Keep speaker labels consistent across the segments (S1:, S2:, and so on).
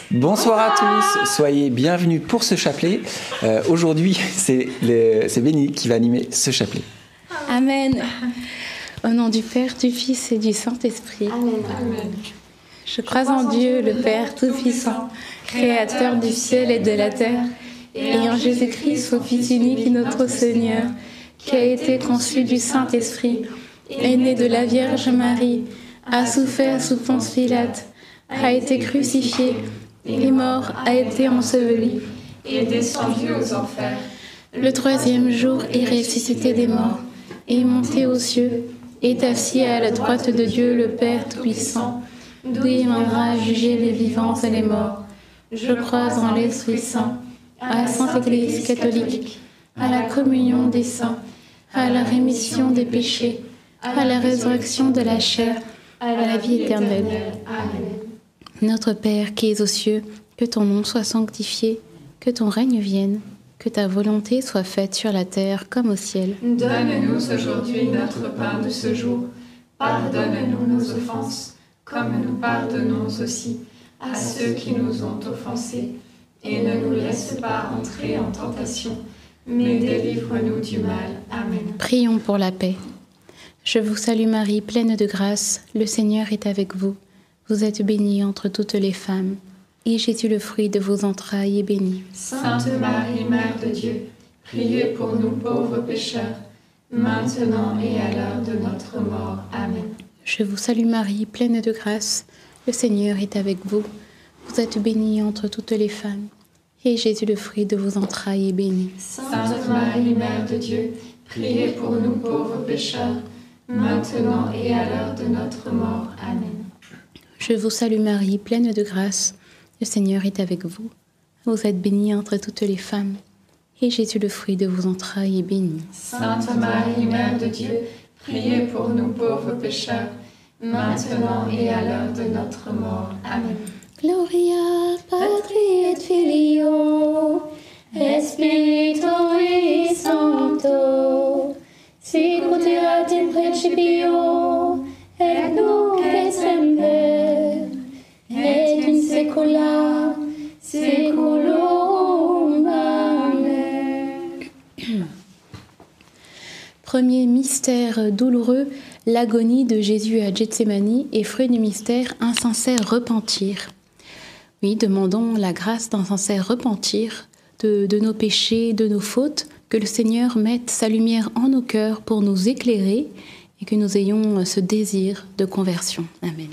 S1: Bonsoir à tous, soyez bienvenus pour ce chapelet. Aujourd'hui, c'est Béni qui va animer ce chapelet.
S2: Amen. Au nom du Père, du Fils et du Saint-Esprit.
S3: Amen.
S2: Je crois en Dieu, le Père Tout-Puissant, Créateur du ciel et de la terre, et en Jésus-Christ, son Fils unique, notre Seigneur, qui a été conçu du Saint-Esprit, est né de la Vierge Marie, a souffert sous Ponce Pilate, a été crucifié, est mort, a été enseveli,
S3: Et descendu aux enfers.
S2: le troisième jour est ressuscité des morts, est monté aux cieux, est assis à la droite de Dieu le Père Tout-Puissant, d'où il viendra juger les vivants et les morts. Je crois en l'Esprit Saint, à la Sainte Église catholique, à la communion des saints, à la rémission des péchés, à la résurrection de la chair, à la vie éternelle.
S3: Amen.
S2: Notre Père qui es aux cieux, que ton nom soit sanctifié, que ton règne vienne, que ta volonté soit faite sur la terre comme au ciel.
S3: Donne-nous aujourd'hui notre pain de ce jour. Pardonne-nous nos offenses, comme nous pardonnons aussi à ceux qui nous ont offensés. Et ne nous laisse pas entrer en tentation, mais délivre-nous du mal. Amen.
S2: Prions pour la paix. Je vous salue Marie, pleine de grâce, le Seigneur est avec vous. Vous êtes bénie entre toutes les femmes, et Jésus, le fruit de vos entrailles, est béni.
S3: Sainte Marie, Mère de Dieu, priez pour nous pauvres pécheurs, maintenant et à l'heure de notre mort. Amen.
S2: Je vous salue Marie, pleine de grâce, le Seigneur est avec vous. Vous êtes bénie entre toutes les femmes, et Jésus, le fruit de vos entrailles, est béni.
S3: Sainte Marie, Mère de Dieu, priez pour nous pauvres pécheurs, maintenant et à l'heure de notre mort. Amen.
S2: Je vous salue Marie, pleine de grâce, le Seigneur est avec vous. Vous êtes bénie entre toutes les femmes, et Jésus, le fruit de vos entrailles, est béni.
S3: Sainte Marie, Mère de Dieu, priez pour nous pauvres pécheurs, maintenant et à l'heure de notre mort. Amen.
S2: Gloria Patri et Filio, Spiritui Sancto, sicut erat in principio, et nunc et semper, et in saecula saeculorum. Amen. Premier mystère douloureux, l'agonie de Jésus à Gethsémani, et fruit du mystère, un sincère repentir. Oui, demandons la grâce d'un sincère repentir de nos péchés, de nos fautes, que le Seigneur mette sa lumière en nos cœurs pour nous éclairer et que nous ayons ce désir de conversion. Amen.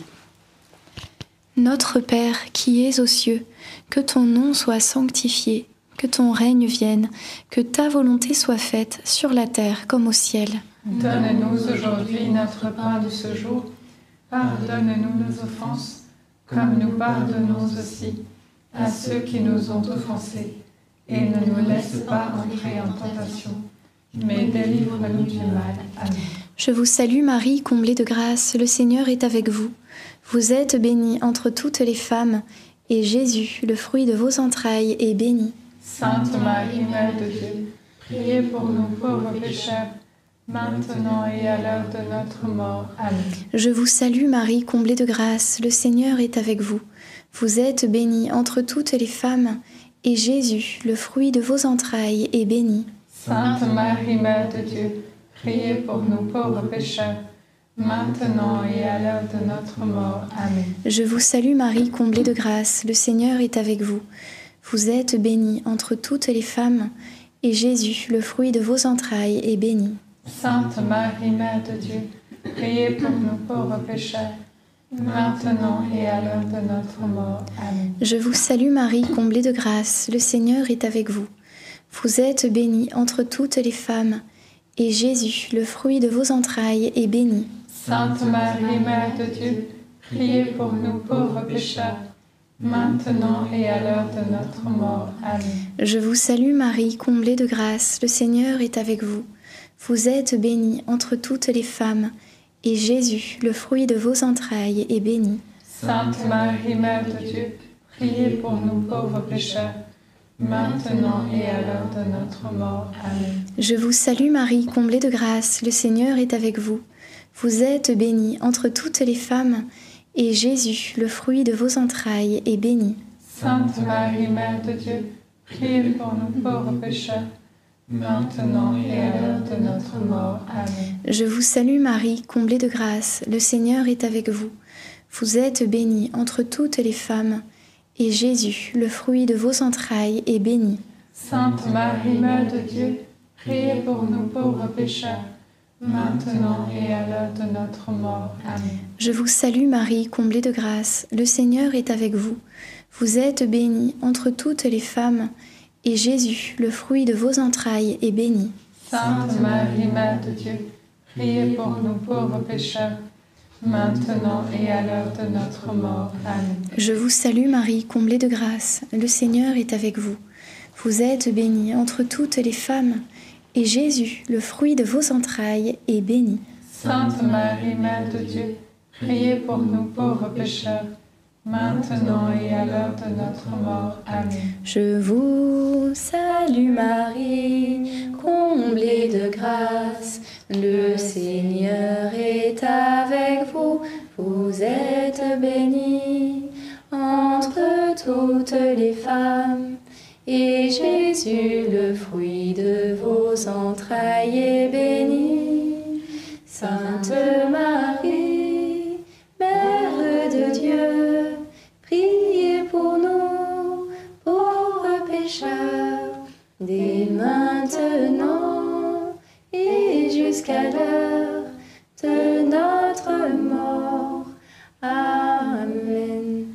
S4: Notre Père qui es aux cieux, que ton nom soit sanctifié, que ton règne vienne, que ta volonté soit faite sur la terre comme au ciel.
S3: Donne-nous aujourd'hui notre pain de ce jour. Pardonne-nous nos offenses, comme nous pardonnons aussi à ceux qui nous ont offensés. Et ne nous laisse pas entrer en tentation, mais délivre-nous du mal. Amen.
S4: Je vous salue Marie, comblée de grâce, le Seigneur est avec vous. Vous êtes bénie entre toutes les femmes, et Jésus, le fruit de vos entrailles, est béni.
S3: Sainte Marie, Mère de Dieu, priez pour nous pauvres pécheurs, maintenant et à l'heure de notre mort. Amen.
S4: Je vous salue Marie, comblée de grâce, le Seigneur est avec vous. Vous êtes bénie entre toutes les femmes, et Jésus, le fruit de vos entrailles, est béni.
S3: Sainte Marie, Mère de Dieu, priez pour nous pauvres pécheurs, maintenant et à l'heure de notre mort. Amen.
S4: Je vous salue Marie, comblée de grâce, le Seigneur est avec vous. Vous êtes bénie entre toutes les femmes, et Jésus, le fruit de vos entrailles, est béni.
S3: Sainte Marie, Mère de Dieu, priez pour nous pauvres pécheurs, maintenant et à l'heure de notre mort. Amen.
S4: Je vous salue Marie, comblée de grâce, le Seigneur est avec vous. Vous êtes bénie entre toutes les femmes, et Jésus, le fruit de vos entrailles, est béni.
S3: Sainte Marie, Mère de Dieu, priez pour nous pauvres pécheurs, maintenant et à l'heure de notre mort. Amen.
S4: Je vous salue Marie, comblée de grâce, le Seigneur est avec vous. Vous êtes bénie entre toutes les femmes, et Jésus, le fruit de vos entrailles, est béni.
S3: Sainte Marie, Mère de Dieu, priez pour nous pauvres pécheurs, maintenant et à l'heure de notre mort. Amen.
S4: Je vous salue Marie, comblée de grâce, le Seigneur est avec vous. Vous êtes bénie entre toutes les femmes, et Jésus, le fruit de vos entrailles, est béni.
S3: Sainte Marie, Mère de Dieu, priez pour nous pauvres pécheurs, maintenant et à l'heure de notre mort. Amen.
S4: Je vous salue Marie, comblée de grâce, le Seigneur est avec vous. Vous êtes bénie entre toutes les femmes, et Jésus, le fruit de vos entrailles, est béni.
S3: Sainte Marie, Mère de Dieu, priez pour nous pauvres pécheurs, maintenant et à l'heure de notre mort. Amen.
S4: Je vous salue Marie, comblée de grâce, le Seigneur est avec vous. Vous êtes bénie entre toutes les femmes, et Jésus, le fruit de vos entrailles, est béni.
S3: Sainte Marie, Mère de Dieu, priez pour nous pauvres pécheurs, maintenant et à l'heure de notre mort. Amen.
S4: Je vous salue Marie, comblée de grâce, le Seigneur est avec vous. Vous êtes bénie entre toutes les femmes, et Jésus, le fruit de vos entrailles, est béni.
S3: Sainte Marie, Mère de Dieu, priez pour nous pauvres pécheurs, maintenant et à l'heure de notre mort. Amen.
S4: Je vous salue Marie, comblée de grâce, le Seigneur est avec vous. Vous êtes bénie entre toutes les femmes, et Jésus, le fruit de vos entrailles, est béni. Sainte Marie, Mère de Dieu, priez pour nous, pauvres pécheurs, dès maintenant et jusqu'à l'heure de notre mort. Amen.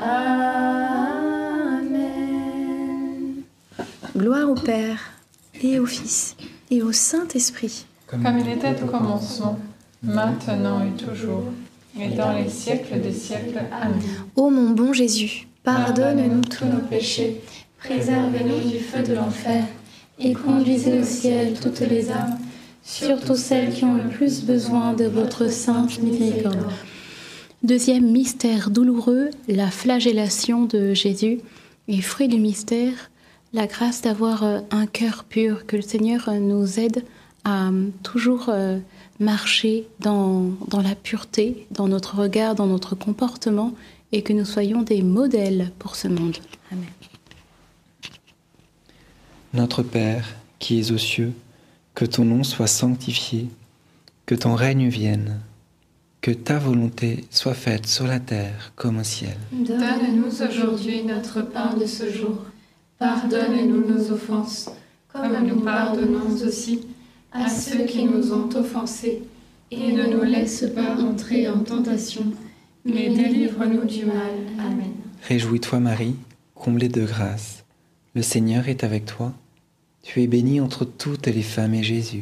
S4: Amen. Gloire au Père, et au Fils, et au Saint-Esprit.
S3: Comme il était au commencement, maintenant et toujours, et dans les siècles des siècles. Amen.
S4: Ô mon bon Jésus, pardonne-nous tous nos
S2: péchés, préservez-nous du feu de l'enfer, et conduisez au ciel toutes les âmes, surtout celles qui ont le plus besoin de votre sainte miséricorde. Deuxième mystère douloureux, la flagellation de Jésus. Et fruit du mystère, la grâce d'avoir un cœur pur, que le Seigneur nous aide à toujours marcher dans la pureté, dans notre regard, dans notre comportement, et que nous soyons des modèles pour ce monde. Amen.
S1: Notre Père, qui es aux cieux, que ton nom soit sanctifié, que ton règne vienne, que ta volonté soit faite sur la terre comme au ciel.
S2: Donne-nous aujourd'hui notre pain de ce jour. Pardonne-nous nos offenses, comme nous pardonnons aussi à ceux qui nous ont offensés. Et ne nous laisse pas entrer en tentation, mais délivre-nous du mal. Amen.
S1: Réjouis-toi Marie, comblée de grâce. Le Seigneur est avec toi. Tu es bénie entre toutes les femmes et Jésus,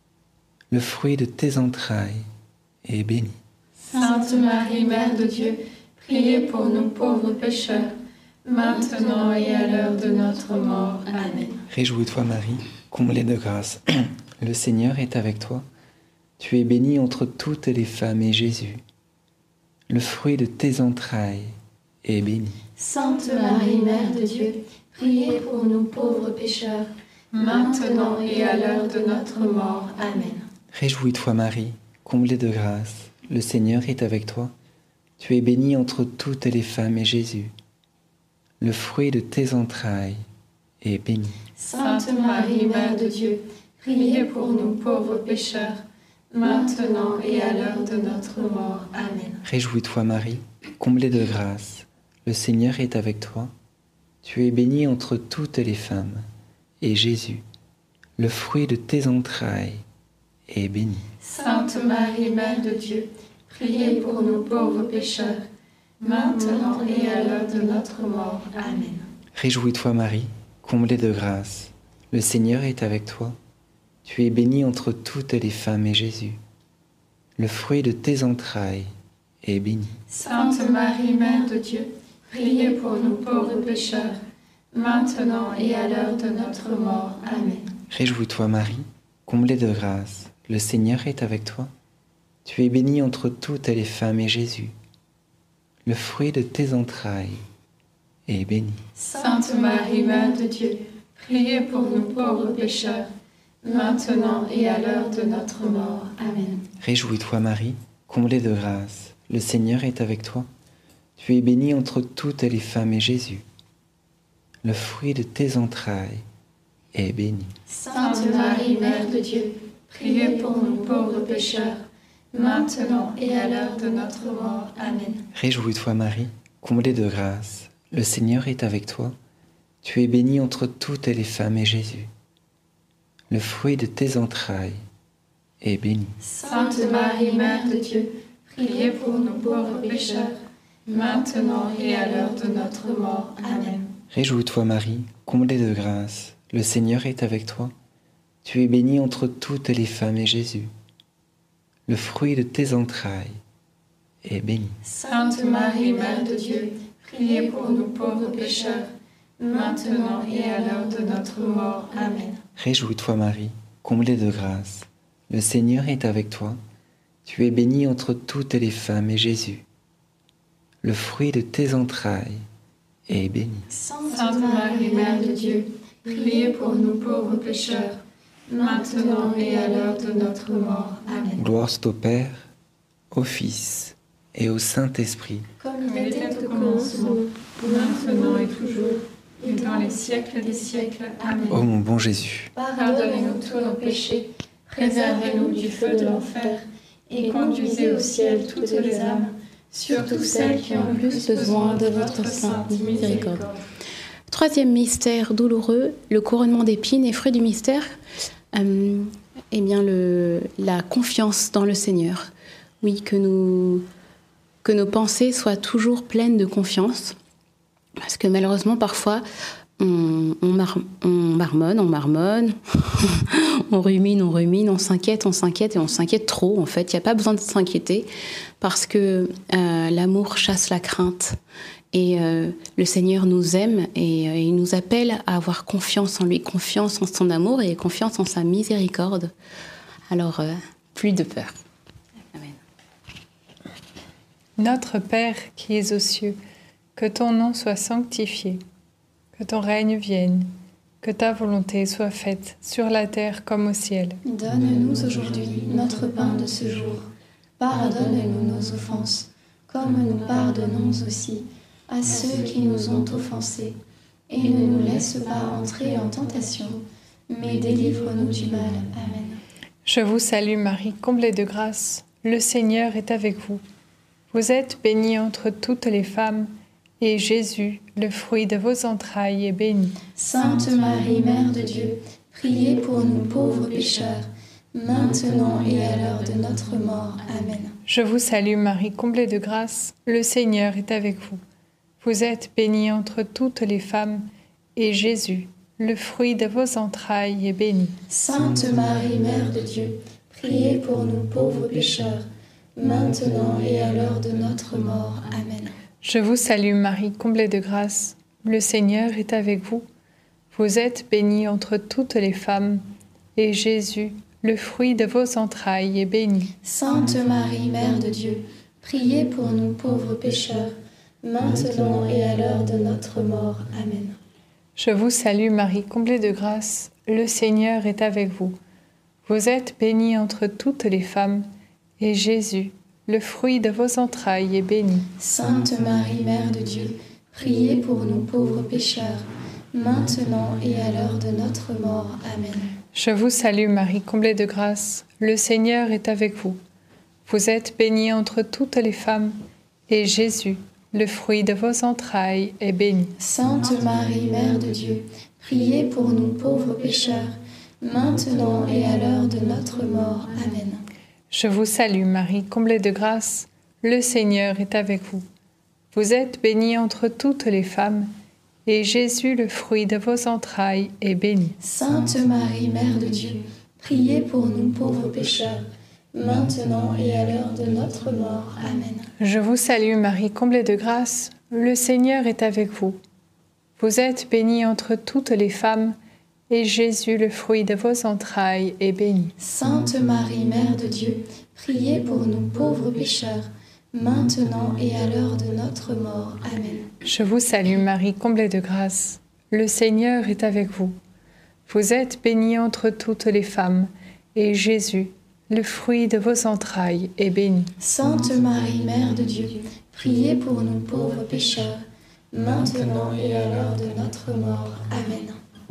S1: le fruit de tes entrailles, est béni.
S2: Sainte Marie, Mère de Dieu, priez pour nous pauvres pécheurs, maintenant et à l'heure de notre mort. Amen.
S1: Réjouis-toi Marie, comblée de grâce. Le Seigneur est avec toi. Tu es bénie entre toutes les femmes et Jésus, le fruit de tes entrailles, est béni.
S2: Sainte Marie, Mère de Dieu, priez pour nous pauvres pécheurs, maintenant et à l'heure de notre mort. Amen.
S1: Réjouis-toi Marie, comblée de grâce. Le Seigneur est avec toi. Tu es bénie entre toutes les femmes et Jésus, le fruit de tes entrailles, est béni.
S2: Sainte Marie, Mère de Dieu, priez pour nous pauvres pécheurs, maintenant et à l'heure de notre mort. Amen.
S1: Réjouis-toi Marie, comblée de grâce. Le Seigneur est avec toi. Tu es bénie entre toutes les femmes, et Jésus, le fruit de tes entrailles, est béni.
S2: Sainte Marie, Mère de Dieu, priez pour nous pauvres pécheurs, maintenant et à l'heure de notre mort. Amen.
S1: Réjouis-toi Marie, comblée de grâce. Le Seigneur est avec toi. Tu es bénie entre toutes les femmes et Jésus, le fruit de tes entrailles, est béni.
S2: Sainte Marie, Mère de Dieu, priez pour nous pauvres pécheurs, maintenant et à l'heure de notre mort. Amen.
S1: Réjouis-toi Marie, comblée de grâce. Le Seigneur est avec toi. Tu es bénie entre toutes les femmes et Jésus, le fruit de tes entrailles, est béni.
S2: Sainte Marie, Mère de Dieu, priez pour nous pauvres pécheurs, maintenant et à l'heure de notre mort. Amen.
S1: Réjouis-toi Marie, comblée de grâce. Le Seigneur est avec toi. Tu es bénie entre toutes les femmes et Jésus, le fruit de tes entrailles est béni.
S2: Sainte Marie, Mère de Dieu, priez pour nous pauvres pécheurs, maintenant et à l'heure de notre mort. Amen.
S1: Réjouis-toi Marie, comblée de grâce, le Seigneur est avec toi. Tu es bénie entre toutes les femmes et Jésus, le fruit de tes entrailles, est béni.
S2: Sainte Marie, Mère de Dieu, priez pour nous pauvres pécheurs, maintenant et à l'heure de notre mort. Amen.
S1: Réjouis-toi Marie, comblée de grâce, le Seigneur est avec toi. Tu es bénie entre toutes les femmes et Jésus, le fruit de tes entrailles, est béni.
S2: Sainte Marie, Mère de Dieu, priez pour nous pauvres pécheurs, maintenant et à l'heure de notre mort. Amen.
S1: Réjouis-toi Marie, comblée de grâce, le Seigneur est avec toi. Tu es bénie entre toutes les femmes et Jésus, le fruit de tes entrailles, est béni.
S2: Sainte Marie, Mère de Dieu, priez pour nous pauvres pécheurs, maintenant et à l'heure de notre mort. Amen.
S1: Gloire soit au Père, au Fils et au Saint-Esprit.
S2: Comme il était au commencement, maintenant et toujours, et dans les siècles des siècles. Amen.
S1: Ô mon bon Jésus,
S2: Pardonnez-nous tous nos péchés, préservez-nous du feu de l'enfer, et conduisez au ciel toutes les âmes, surtout celles qui ont le plus besoin de votre sainte miséricorde.
S5: Troisième mystère douloureux, le couronnement d'épines. Et fruit du mystère, eh bien la confiance dans le Seigneur. Oui, que nos pensées soient toujours pleines de confiance. Parce que malheureusement, parfois, on marmonne, on rumine, on s'inquiète et on s'inquiète trop. En fait, il n'y a pas besoin de s'inquiéter parce que l'amour chasse la crainte. Et le Seigneur nous aime et il nous appelle à avoir confiance en lui, confiance en son amour et confiance en sa miséricorde. Alors, plus de peur. Amen.
S3: Notre Père qui es aux cieux, que ton nom soit sanctifié, que ton règne vienne, que ta volonté soit faite sur la terre comme au ciel.
S2: Donne-nous aujourd'hui notre pain de ce jour. Pardonne-nous nos offenses, comme nous pardonnons aussi à ceux qui nous ont offensés. Et ne nous laisse pas entrer en tentation, mais délivre-nous du mal. Amen.
S3: Je vous salue Marie, comblée de grâce, le Seigneur est avec vous. Vous êtes bénie entre toutes les femmes, et Jésus, le fruit de vos entrailles, est béni.
S2: Sainte Marie, Mère de Dieu, priez pour nous pauvres pécheurs, maintenant et à l'heure de notre mort. Amen.
S3: Je vous salue Marie, comblée de grâce, le Seigneur est avec vous. Vous êtes bénie entre toutes les femmes, et Jésus, le fruit de vos entrailles, est béni.
S2: Sainte Marie, Mère de Dieu, priez pour nous pauvres pécheurs, maintenant et à l'heure de notre mort. Amen.
S3: Je vous salue Marie, comblée de grâce, le Seigneur est avec vous. Vous êtes bénie entre toutes les femmes, et Jésus, le fruit de vos entrailles, est béni.
S2: Sainte Marie, Mère de Dieu, priez pour nous pauvres pécheurs, maintenant et à l'heure de notre mort. Amen.
S3: Je vous salue Marie, comblée de grâce, le Seigneur est avec vous. Vous êtes bénie entre toutes les femmes, et Jésus, le fruit de vos entrailles, est béni.
S2: Sainte Marie, Mère de Dieu, priez pour nous pauvres pécheurs, maintenant et à l'heure de notre mort. Amen.
S3: Je vous salue Marie, comblée de grâce, le Seigneur est avec vous. Vous êtes bénie entre toutes les femmes, et Jésus, le fruit de vos entrailles, est béni.
S2: Sainte Marie, Mère de Dieu, priez pour nous pauvres pécheurs, maintenant et à l'heure de notre mort. Amen.
S3: Je vous salue Marie, comblée de grâce, le Seigneur est avec vous. Vous êtes bénie entre toutes les femmes, et Jésus, le fruit de vos entrailles, est béni.
S2: Sainte Marie, Mère de Dieu, priez pour nous pauvres pécheurs, maintenant et à l'heure de notre mort. Amen.
S3: Je vous salue Marie, comblée de grâce, le Seigneur est avec vous. Vous êtes bénie entre toutes les femmes, et Jésus, le fruit de vos entrailles, est béni.
S2: Sainte Marie, Mère de Dieu, priez pour nous pauvres pécheurs, maintenant et à l'heure de notre mort. Amen.
S3: Je vous salue Marie, comblée de grâce, le Seigneur est avec vous. Vous êtes bénie entre toutes les femmes, et Jésus, le fruit de vos entrailles, est béni.
S2: Sainte Marie, Mère de Dieu, priez pour nous pauvres pécheurs, maintenant et à l'heure de notre mort. Amen.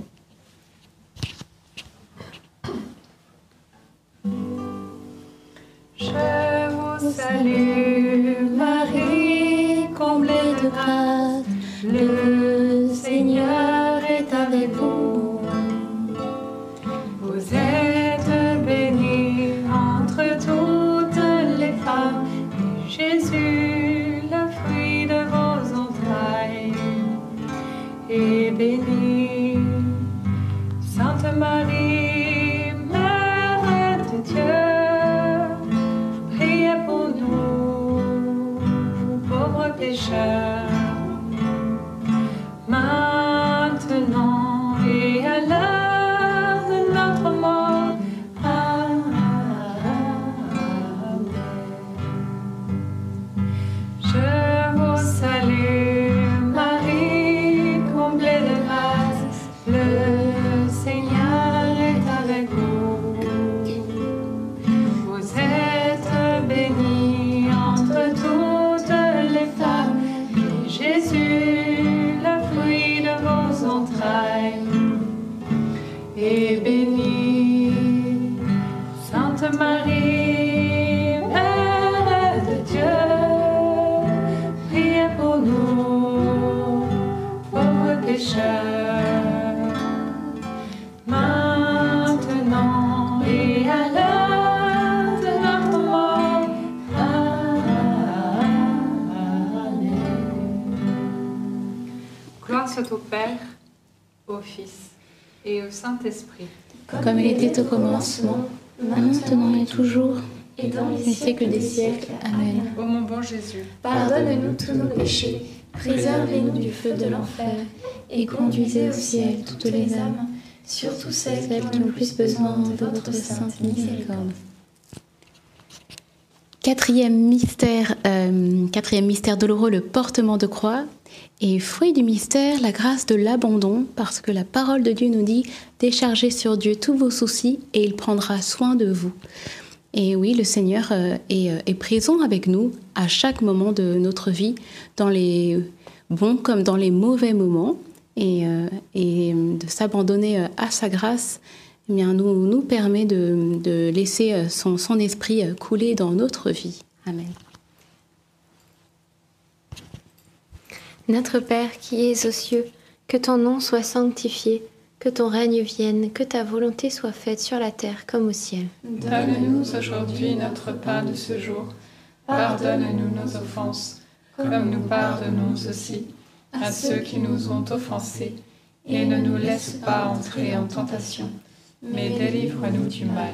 S3: Je vous salue, Marie, comblée de grâce, le Seigneur est avec vous. Vous êtes bénie entre toutes les femmes, et Jésus, le fruit de vos entrailles, est béni. Sainte Marie, Mère de Dieu, priez pour nous, pauvres pécheurs, maintenant et à l'heure de notre mort. Amen. Je vous salue, Marie, comblée de grâce, le Seigneur est avec vous. Vous êtes bénie entre toutes les femmes, et Jésus, le fruit de vos entrailles, est béni. Sainte Marie, Mère de Dieu, priez pour nous, pauvres pécheurs, maintenant et à l'heure de notre mort. Amen. Gloire soit au Père, au Fils et au Saint-Esprit.
S5: Comme il était au commencement, maintenant et toujours, et dans les siècles des siècles. Amen.
S3: Ô mon bon Jésus,
S2: Pardonne-nous tous nos péchés, préservez-nous du feu de l'enfer, et conduisez au ciel toutes les âmes, surtout celles
S5: Celles qui ont le plus besoin de votre sainte miséricorde. Quatrième mystère douloureux, le portement de croix. Et fruit du mystère, la grâce de l'abandon, parce que la parole de Dieu nous dit « Déchargez sur Dieu tous vos soucis et il prendra soin de vous ». Et oui, le Seigneur est présent avec nous à chaque moment de notre vie, dans les bons comme dans les mauvais moments. Et de s'abandonner à sa grâce eh bien, nous permet de laisser son esprit couler dans notre vie. Amen.
S4: Notre Père qui es aux cieux, que ton nom soit sanctifié, que ton règne vienne, que ta volonté soit faite sur la terre comme au ciel.
S3: donne-nous aujourd'hui notre pain de ce jour. Pardonne-nous nos offenses, comme nous pardonnons aussi à ceux qui nous ont offensés. Et ne nous laisse pas entrer en tentation, mais délivre-nous du mal.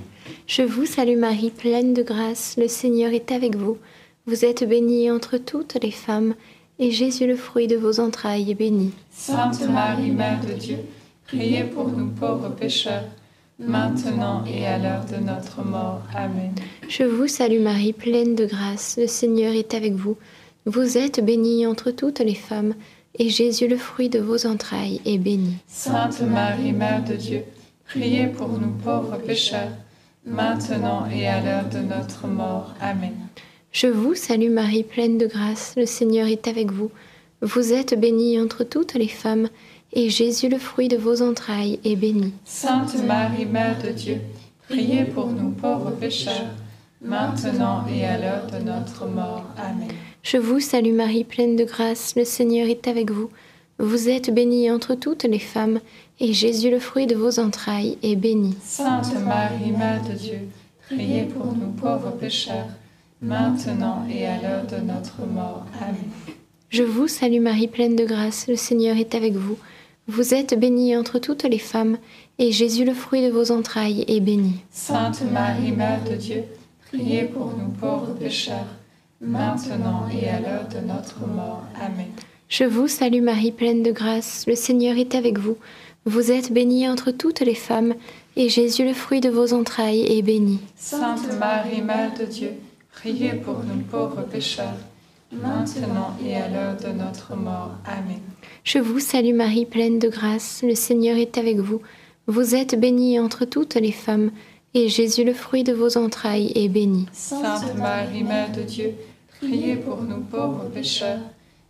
S4: Je vous salue Marie, pleine de grâce, le Seigneur est avec vous. Vous êtes bénie entre toutes les femmes, et Jésus, le fruit de vos entrailles, est béni.
S3: Sainte Marie, Mère de Dieu, priez pour nous pauvres pécheurs, maintenant et à l'heure de notre mort. Amen.
S4: Je vous salue Marie, pleine de grâce, le Seigneur est avec vous. Vous êtes bénie entre toutes les femmes, et Jésus, le fruit de vos entrailles, est béni.
S3: Sainte Marie, Mère de Dieu, priez pour nous pauvres pécheurs, maintenant et à l'heure de notre mort. Amen.
S4: Je vous salue Marie, pleine de grâce, le Seigneur est avec vous. Vous êtes bénie entre toutes les femmes, et Jésus, le fruit de vos entrailles, est béni.
S3: Sainte Marie, Mère de Dieu, priez pour nous pauvres pécheurs, maintenant et à l'heure de notre mort. Amen.
S4: Je vous salue Marie, pleine de grâce, le Seigneur est avec vous. Vous êtes bénie entre toutes les femmes, et Jésus, le fruit de vos entrailles, est béni.
S3: Sainte Marie, Mère de Dieu, priez pour nous pauvres pécheurs, maintenant et à l'heure de notre mort. Amen.
S4: Je vous salue Marie, pleine de grâce, le Seigneur est avec vous. Vous êtes bénie entre toutes les femmes, et Jésus, le fruit de vos entrailles, est béni.
S3: Sainte Marie, Mère de Dieu, priez pour nous pauvres pécheurs, maintenant et à l'heure de notre mort. Amen.
S4: Je vous salue Marie, pleine de grâce, le Seigneur est avec vous. Vous êtes bénie entre toutes les femmes, et Jésus, le fruit de vos entrailles, est béni.
S3: Sainte Marie, Mère de Dieu, priez pour nous pauvres pécheurs, maintenant et à l'heure de notre mort. Amen.
S4: Je vous salue Marie, pleine de grâce, le Seigneur est avec vous. Vous êtes bénie entre toutes les femmes, et Jésus, le fruit de vos entrailles, est béni.
S3: Sainte Marie, Mère de Dieu, priez pour nous pauvres pécheurs,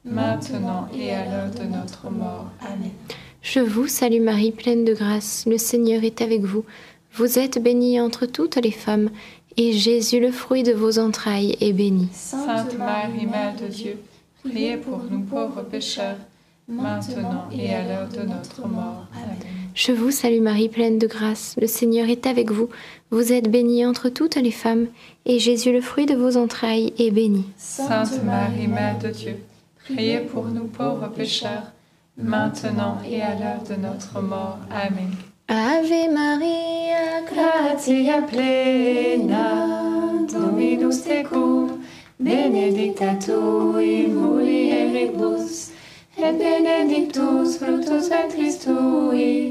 S3: maintenant et à l'heure de notre mort. Amen.
S2: Je vous salue Marie, pleine de grâce, le Seigneur est avec vous. Vous êtes bénie entre toutes les femmes, et Jésus, le fruit de vos entrailles, est béni.
S3: Sainte Marie, Mère de Dieu, priez pour nous pauvres pécheurs, maintenant et à l'heure de notre mort. Amen.
S2: Je vous salue Marie, pleine de grâce, le Seigneur est avec vous. Vous êtes bénie entre toutes les femmes, et Jésus, le fruit de vos entrailles, est béni.
S3: Sainte Marie, Mère de Dieu, priez pour nous pauvres pécheurs, maintenant et à l'heure de notre mort. Amen.
S2: Ave Maria,
S3: Gratia plena, Dominus tecum, benedicta tu in mulieribus, et benedictus fructus ventris tui,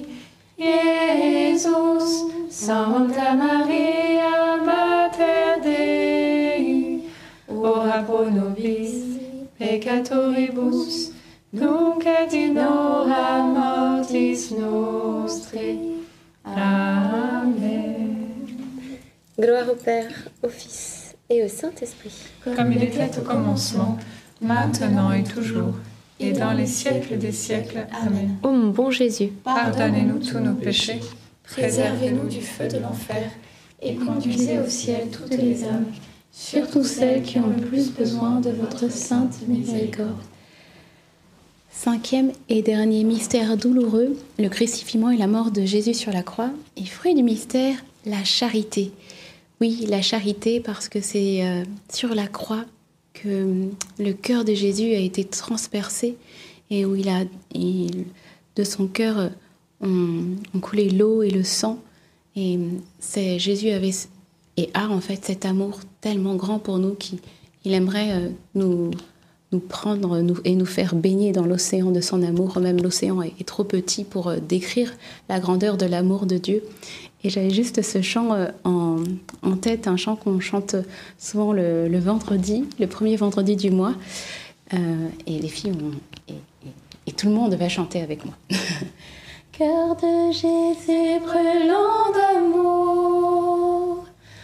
S3: Iesus. Sancta Maria, Mater Dei, ora pro nobis peccatoribus, nunc et in hora mortis nostrae. Amen.
S2: Gloire au Père, au Fils et au Saint-Esprit.
S3: Comme il était au commencement, maintenant et toujours, et dans les siècles des siècles. Amen.
S2: Ô mon bon Jésus,
S3: Pardonnez-nous tous nos péchés,
S5: Préservez-nous du feu de l'enfer et conduisez au ciel toutes les âmes, surtout celles qui ont le plus besoin de votre sainte miséricorde. Cinquième et dernier mystère douloureux, le crucifixion et la mort de Jésus sur la croix. Et fruit du mystère, la charité. Oui, la charité, parce que c'est sur la croix que le cœur de Jésus a été transpercé et où de son cœur ont coulé l'eau et le sang. Et Jésus avait et a en fait cet amour tellement grand pour nous qu'il aimerait nous prendre et nous faire baigner dans l'océan de son amour. Même l'océan est trop petit pour décrire la grandeur de l'amour de Dieu. Et j'avais juste ce chant en tête, un chant qu'on chante souvent le vendredi, le premier vendredi du mois. Et les filles et tout le monde va chanter avec moi. Cœur de Jésus brûlant d'amour,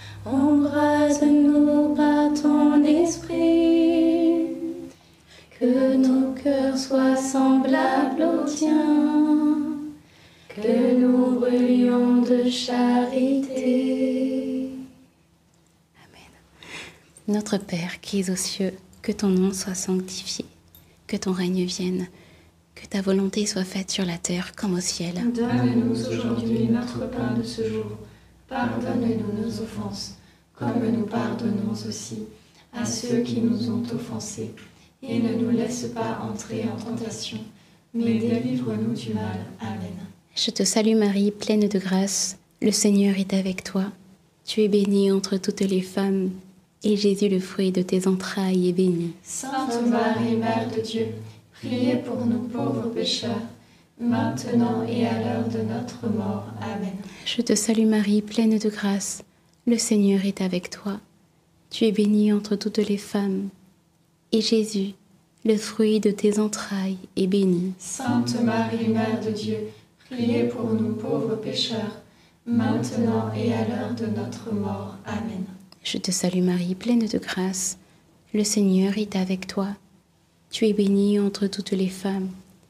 S5: embrase-nous par ton esprit, que nos cœurs soient semblables au tien, que nous brûlions de charité. Amen. Notre Père qui es aux cieux, que ton nom soit sanctifié, que ton règne vienne, que ta volonté soit faite sur la terre comme au ciel.
S3: Donne-nous aujourd'hui notre pain de ce jour. Pardonne-nous nos offenses, comme nous pardonnons aussi à ceux qui nous ont offensés. Et ne nous laisse pas entrer en tentation, mais délivre-nous du mal. Amen.
S5: Je te salue Marie, pleine de grâce, le Seigneur est avec toi. Tu es bénie entre toutes les femmes, et Jésus, le fruit de tes entrailles, est béni.
S3: Sainte Marie, Mère de Dieu, priez pour nous pauvres pécheurs, maintenant et à l'heure de notre mort. Amen.
S5: Je te salue Marie, pleine de grâce, le Seigneur est avec toi. Tu es bénie entre toutes les femmes, et Jésus, le fruit de tes entrailles, est béni.
S3: Sainte Marie, Mère de Dieu, priez pour nous pauvres pécheurs, maintenant et à l'heure de notre mort. Amen.
S5: Je te salue Marie, pleine de grâce, le Seigneur est avec toi. Tu es bénie entre toutes les femmes,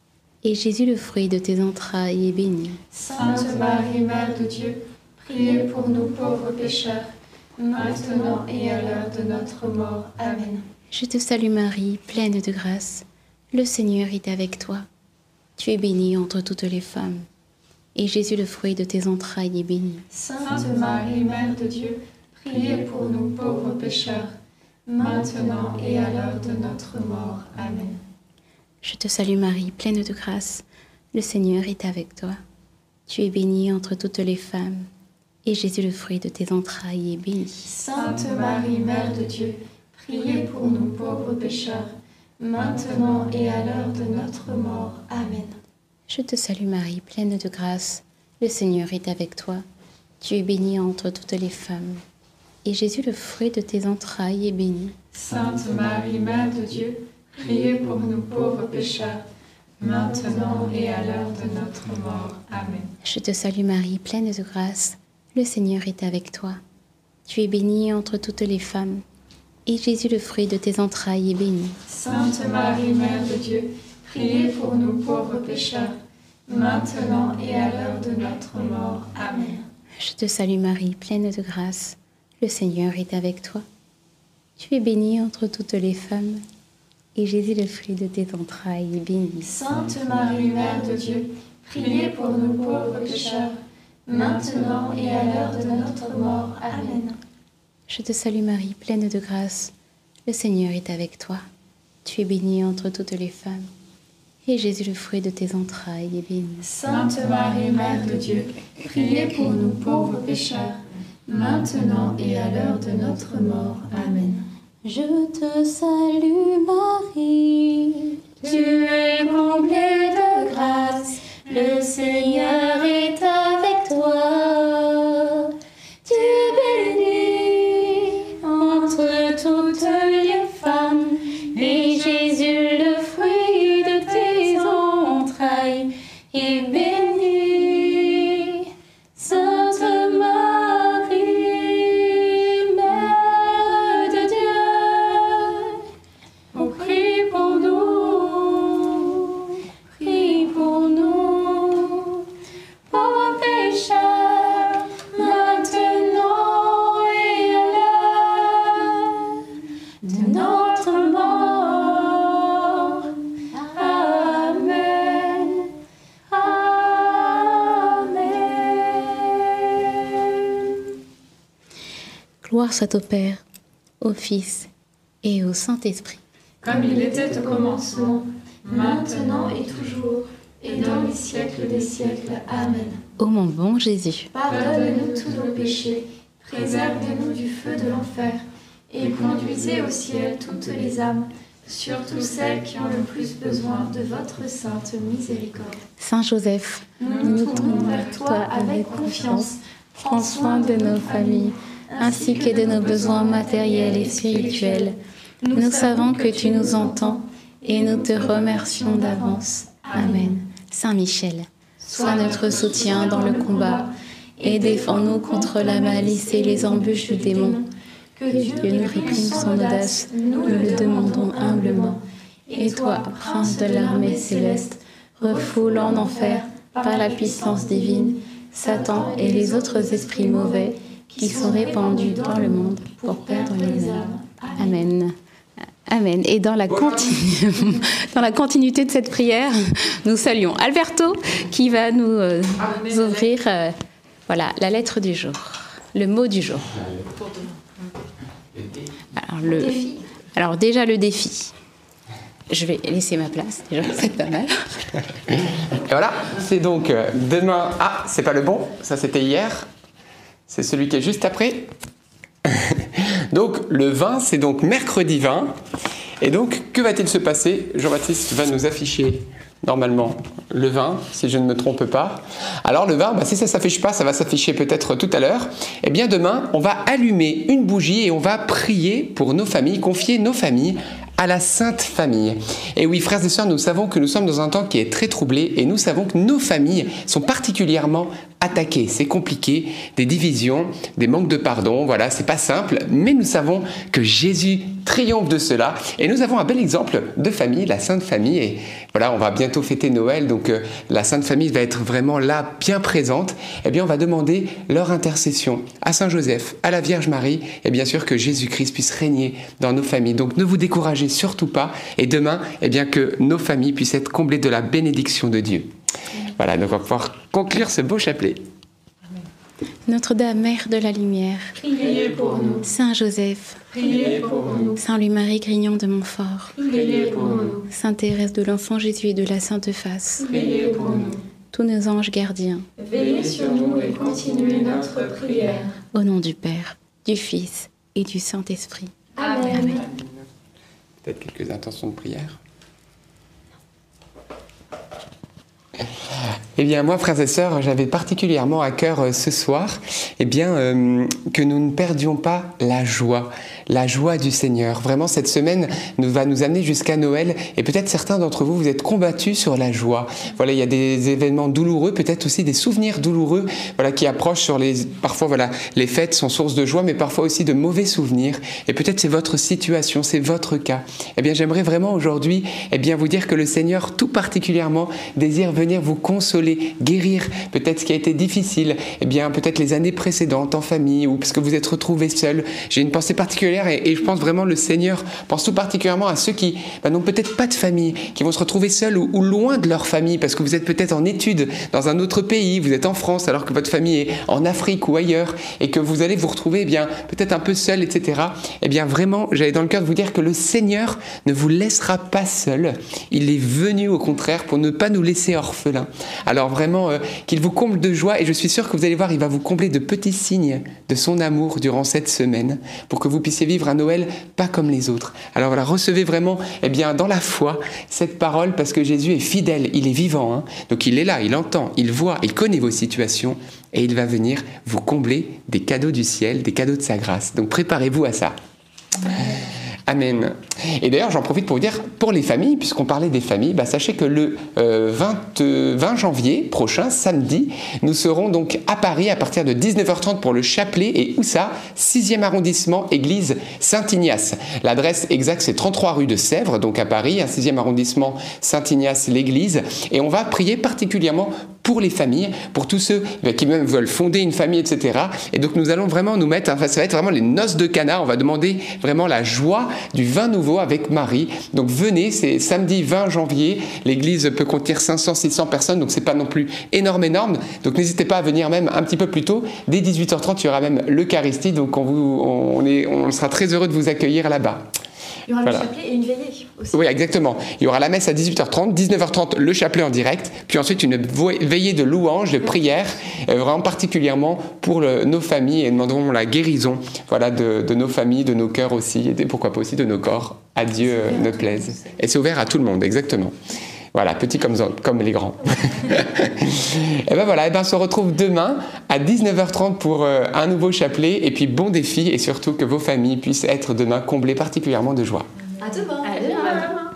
S5: et Jésus, le fruit de tes entrailles, est béni.
S3: Sainte Marie, Mère de Dieu, priez pour nous pauvres pécheurs, maintenant et à l'heure de notre mort. Amen.
S5: Je te salue Marie, pleine de grâce, le Seigneur est avec toi. Tu es bénie entre toutes les femmes, et Jésus, le fruit de tes entrailles, est béni.
S3: Sainte Marie, Mère de Dieu, priez pour nous pauvres pécheurs, maintenant et à l'heure de notre mort. Amen.
S5: Je te salue Marie, pleine de grâce, le Seigneur est avec toi. Tu es bénie entre toutes les femmes, et Jésus, le fruit de tes entrailles, est béni.
S3: Sainte Marie, Mère de Dieu, priez pour nous pauvres pécheurs, maintenant et à l'heure de notre mort. Amen.
S5: Je te salue Marie, pleine de grâce, le Seigneur est avec toi. Tu es bénie entre toutes les femmes, et Jésus, le fruit de tes entrailles, est béni.
S3: Sainte Marie, Mère de Dieu, priez pour nous pauvres pécheurs, maintenant et à l'heure de notre mort. Amen.
S5: Je te salue Marie, pleine de grâce, le Seigneur est avec toi. Tu es bénie entre toutes les femmes, et Jésus, le fruit de tes entrailles, est béni.
S3: Sainte Marie, Mère de Dieu, priez pour nous pauvres pécheurs, maintenant et à l'heure de notre mort. Amen.
S5: Je te salue Marie, pleine de grâce. Le Seigneur est avec toi. Tu es bénie entre toutes les femmes, et Jésus, le fruit de tes entrailles, est béni.
S3: Sainte Marie, Mère de Dieu, priez pour nous pauvres pécheurs, maintenant et à l'heure de notre mort. Amen.
S5: Je te salue Marie, pleine de grâce. Le Seigneur est avec toi. Tu es bénie entre toutes les femmes, et Jésus, le fruit de tes entrailles, est béni.
S3: Sainte Marie, Mère de Dieu, priez pour nous pauvres pécheurs, maintenant et à l'heure de notre mort. Amen.
S2: Je te salue Marie, tu es comblée de grâce, le Seigneur est avec toi. Tu es bénie entre toutes les femmes, et Jésus, le fruit de tes entrailles, est béni. Sainte Marie, Mère de Dieu,
S3: Prie pour nous,
S2: pauvres pécheurs, maintenant et à l'heure de notre mort. Amen. Amen.
S5: Gloire soit au Père, au Fils et au Saint-Esprit.
S3: comme il était au commencement, maintenant et toujours, et dans les siècles des siècles. Amen.
S5: Ô mon bon Jésus,
S3: Pardonne-nous tous nos péchés, préservez-nous du feu de l'enfer, et conduisez au ciel toutes les âmes, surtout celles qui ont le plus besoin de votre sainte miséricorde.
S5: Saint Joseph,
S3: Nous nous tournons vers toi avec confiance.
S5: prends soin de nos familles, ainsi que de nos besoins matériels et spirituels. Nous savons que tu nous entends et nous te remercions d'avance. Amen. Saint Michel, sois notre soutien dans le combat et défends-nous contre la malice et les embûches du démon. Que Dieu nous réprime son audace, nous le demandons humblement. Et toi, prince de l'armée céleste, refoule en enfer, par la puissance divine, Satan et les autres esprits mauvais qui sont répandus dans le monde pour perdre les âmes. Amen. Amen. Et dans la continuité de cette prière, nous saluons Alberto qui va nous ouvrir voilà, la lettre du jour, le mot du jour. Alors déjà le défi. Je vais laisser ma place, déjà c'est pas mal.
S6: Et voilà, c'est donc demain. Ah, c'est pas le bon, ça c'était hier. C'est celui qui est juste après. Donc le 20, c'est donc mercredi 20. Et donc, que va-t-il se passer? Jean-Baptiste va nous afficher normalement le 20, si je ne me trompe pas. Alors le 20, si ça ne s'affiche pas, ça va s'afficher peut-être tout à l'heure. Eh bien demain, on va allumer une bougie et on va prier pour nos familles, confier nos familles à la Sainte Famille. Et oui, frères et sœurs, nous savons que nous sommes dans un temps qui est très troublé et nous savons que nos familles sont particulièrement attaquées. C'est compliqué, des divisions, des manques de pardon, voilà, c'est pas simple, mais nous savons que Jésus triomphe de cela et nous avons un bel exemple de famille, la Sainte Famille. Et voilà, on va bientôt fêter Noël, donc la Sainte Famille va être vraiment là, bien présente. Eh bien, on va demander leur intercession à Saint Joseph, à la Vierge Marie et bien sûr que Jésus-Christ puisse régner dans nos familles. Donc ne vous découragez surtout pas et demain, eh bien que nos familles puissent être comblées de la bénédiction de Dieu. Voilà, donc on va pouvoir conclure ce beau chapelet.
S5: Notre-Dame, Mère de la Lumière,
S3: Priez pour nous.
S5: Saint Joseph,
S3: Priez pour nous.
S5: Saint Louis-Marie Grignon de Montfort,
S3: Priez pour nous.
S5: Sainte Thérèse de l'Enfant Jésus et de la Sainte Face,
S3: Priez pour nous.
S5: tous nos anges gardiens,
S3: Veillez sur nous et continuez notre prière.
S5: au nom du Père, du Fils et du Saint-Esprit.
S3: Amen.
S6: Peut-être quelques intentions de prière. Eh bien, moi, frères et sœurs, j'avais particulièrement à cœur ce soir, eh bien, que nous ne perdions pas la joie la joie du Seigneur. Vraiment, cette semaine va nous amener jusqu'à Noël et peut-être certains d'entre vous, vous êtes combattus sur la joie. Voilà, il y a des événements douloureux, peut-être aussi des souvenirs douloureux, voilà, qui approchent sur parfois, voilà, les fêtes sont source de joie, mais parfois aussi de mauvais souvenirs. Et peut-être c'est votre situation, c'est votre cas. Eh bien, j'aimerais vraiment aujourd'hui, vous dire que le Seigneur, tout particulièrement, désire venir vous consoler, guérir peut-être ce qui a été difficile, peut-être les années précédentes en famille ou parce que vous êtes retrouvés seuls. J'ai une pensée particulière et je pense vraiment le Seigneur pense tout particulièrement à ceux qui n'ont peut-être pas de famille, qui vont se retrouver seuls ou loin de leur famille parce que vous êtes peut-être en études dans un autre pays, vous êtes en France alors que votre famille est en Afrique ou ailleurs et que vous allez vous retrouver peut-être un peu seul, etc. Vraiment, j'avais dans le cœur de vous dire que le Seigneur ne vous laissera pas seul. Il est venu au contraire pour ne pas nous laisser orphelins. Alors vraiment, qu'il vous comble de joie et je suis sûr que vous allez voir, il va vous combler de petits signes de son amour durant cette semaine pour que vous puissiez vivre un Noël pas comme les autres. Alors voilà, recevez vraiment dans la foi cette parole parce que Jésus est fidèle, il est vivant. Hein. Donc il est là, il entend, il voit, il connaît vos situations et il va venir vous combler des cadeaux du ciel, des cadeaux de sa grâce. Donc préparez-vous à ça. Amen. Et d'ailleurs, j'en profite pour vous dire, pour les familles, puisqu'on parlait des familles, sachez que le 20 janvier prochain, samedi, nous serons donc à Paris à partir de 19h30 pour le chapelet. Et où ça ? 6e arrondissement, église Saint-Ignace. L'adresse exacte, c'est 33 rue de Sèvres, donc à Paris, 6e arrondissement, Saint-Ignace, l'église. Et on va prier particulièrement pour les familles, pour tous ceux qui même veulent fonder une famille, etc. Et donc nous allons vraiment nous mettre, ça va être vraiment les noces de Cana, on va demander vraiment la joie du vin nouveau avec Marie. Donc venez, c'est samedi 20 janvier, l'église peut contenir 500-600 personnes, donc c'est pas non plus énorme, donc n'hésitez pas à venir même un petit peu plus tôt, dès 18h30 il y aura même l'Eucharistie, donc on sera très heureux de vous accueillir là-bas.
S7: Il y aura le chapelet et une veillée aussi.
S6: Oui, exactement. Il y aura la messe à 18h30, 19h30 le chapelet en direct, puis ensuite une veillée de louanges, de prières, vraiment particulièrement pour nos familles et nous demanderons la guérison de nos familles, de nos cœurs aussi, et pourquoi pas aussi de nos corps. À Dieu ne plaise. Et c'est ouvert à tout le monde, exactement. Voilà, petits comme les grands. Et on se retrouve demain à 19h30 pour un nouveau chapelet. Et puis bon défi et surtout que vos familles puissent être demain comblées particulièrement de joie.
S7: À demain.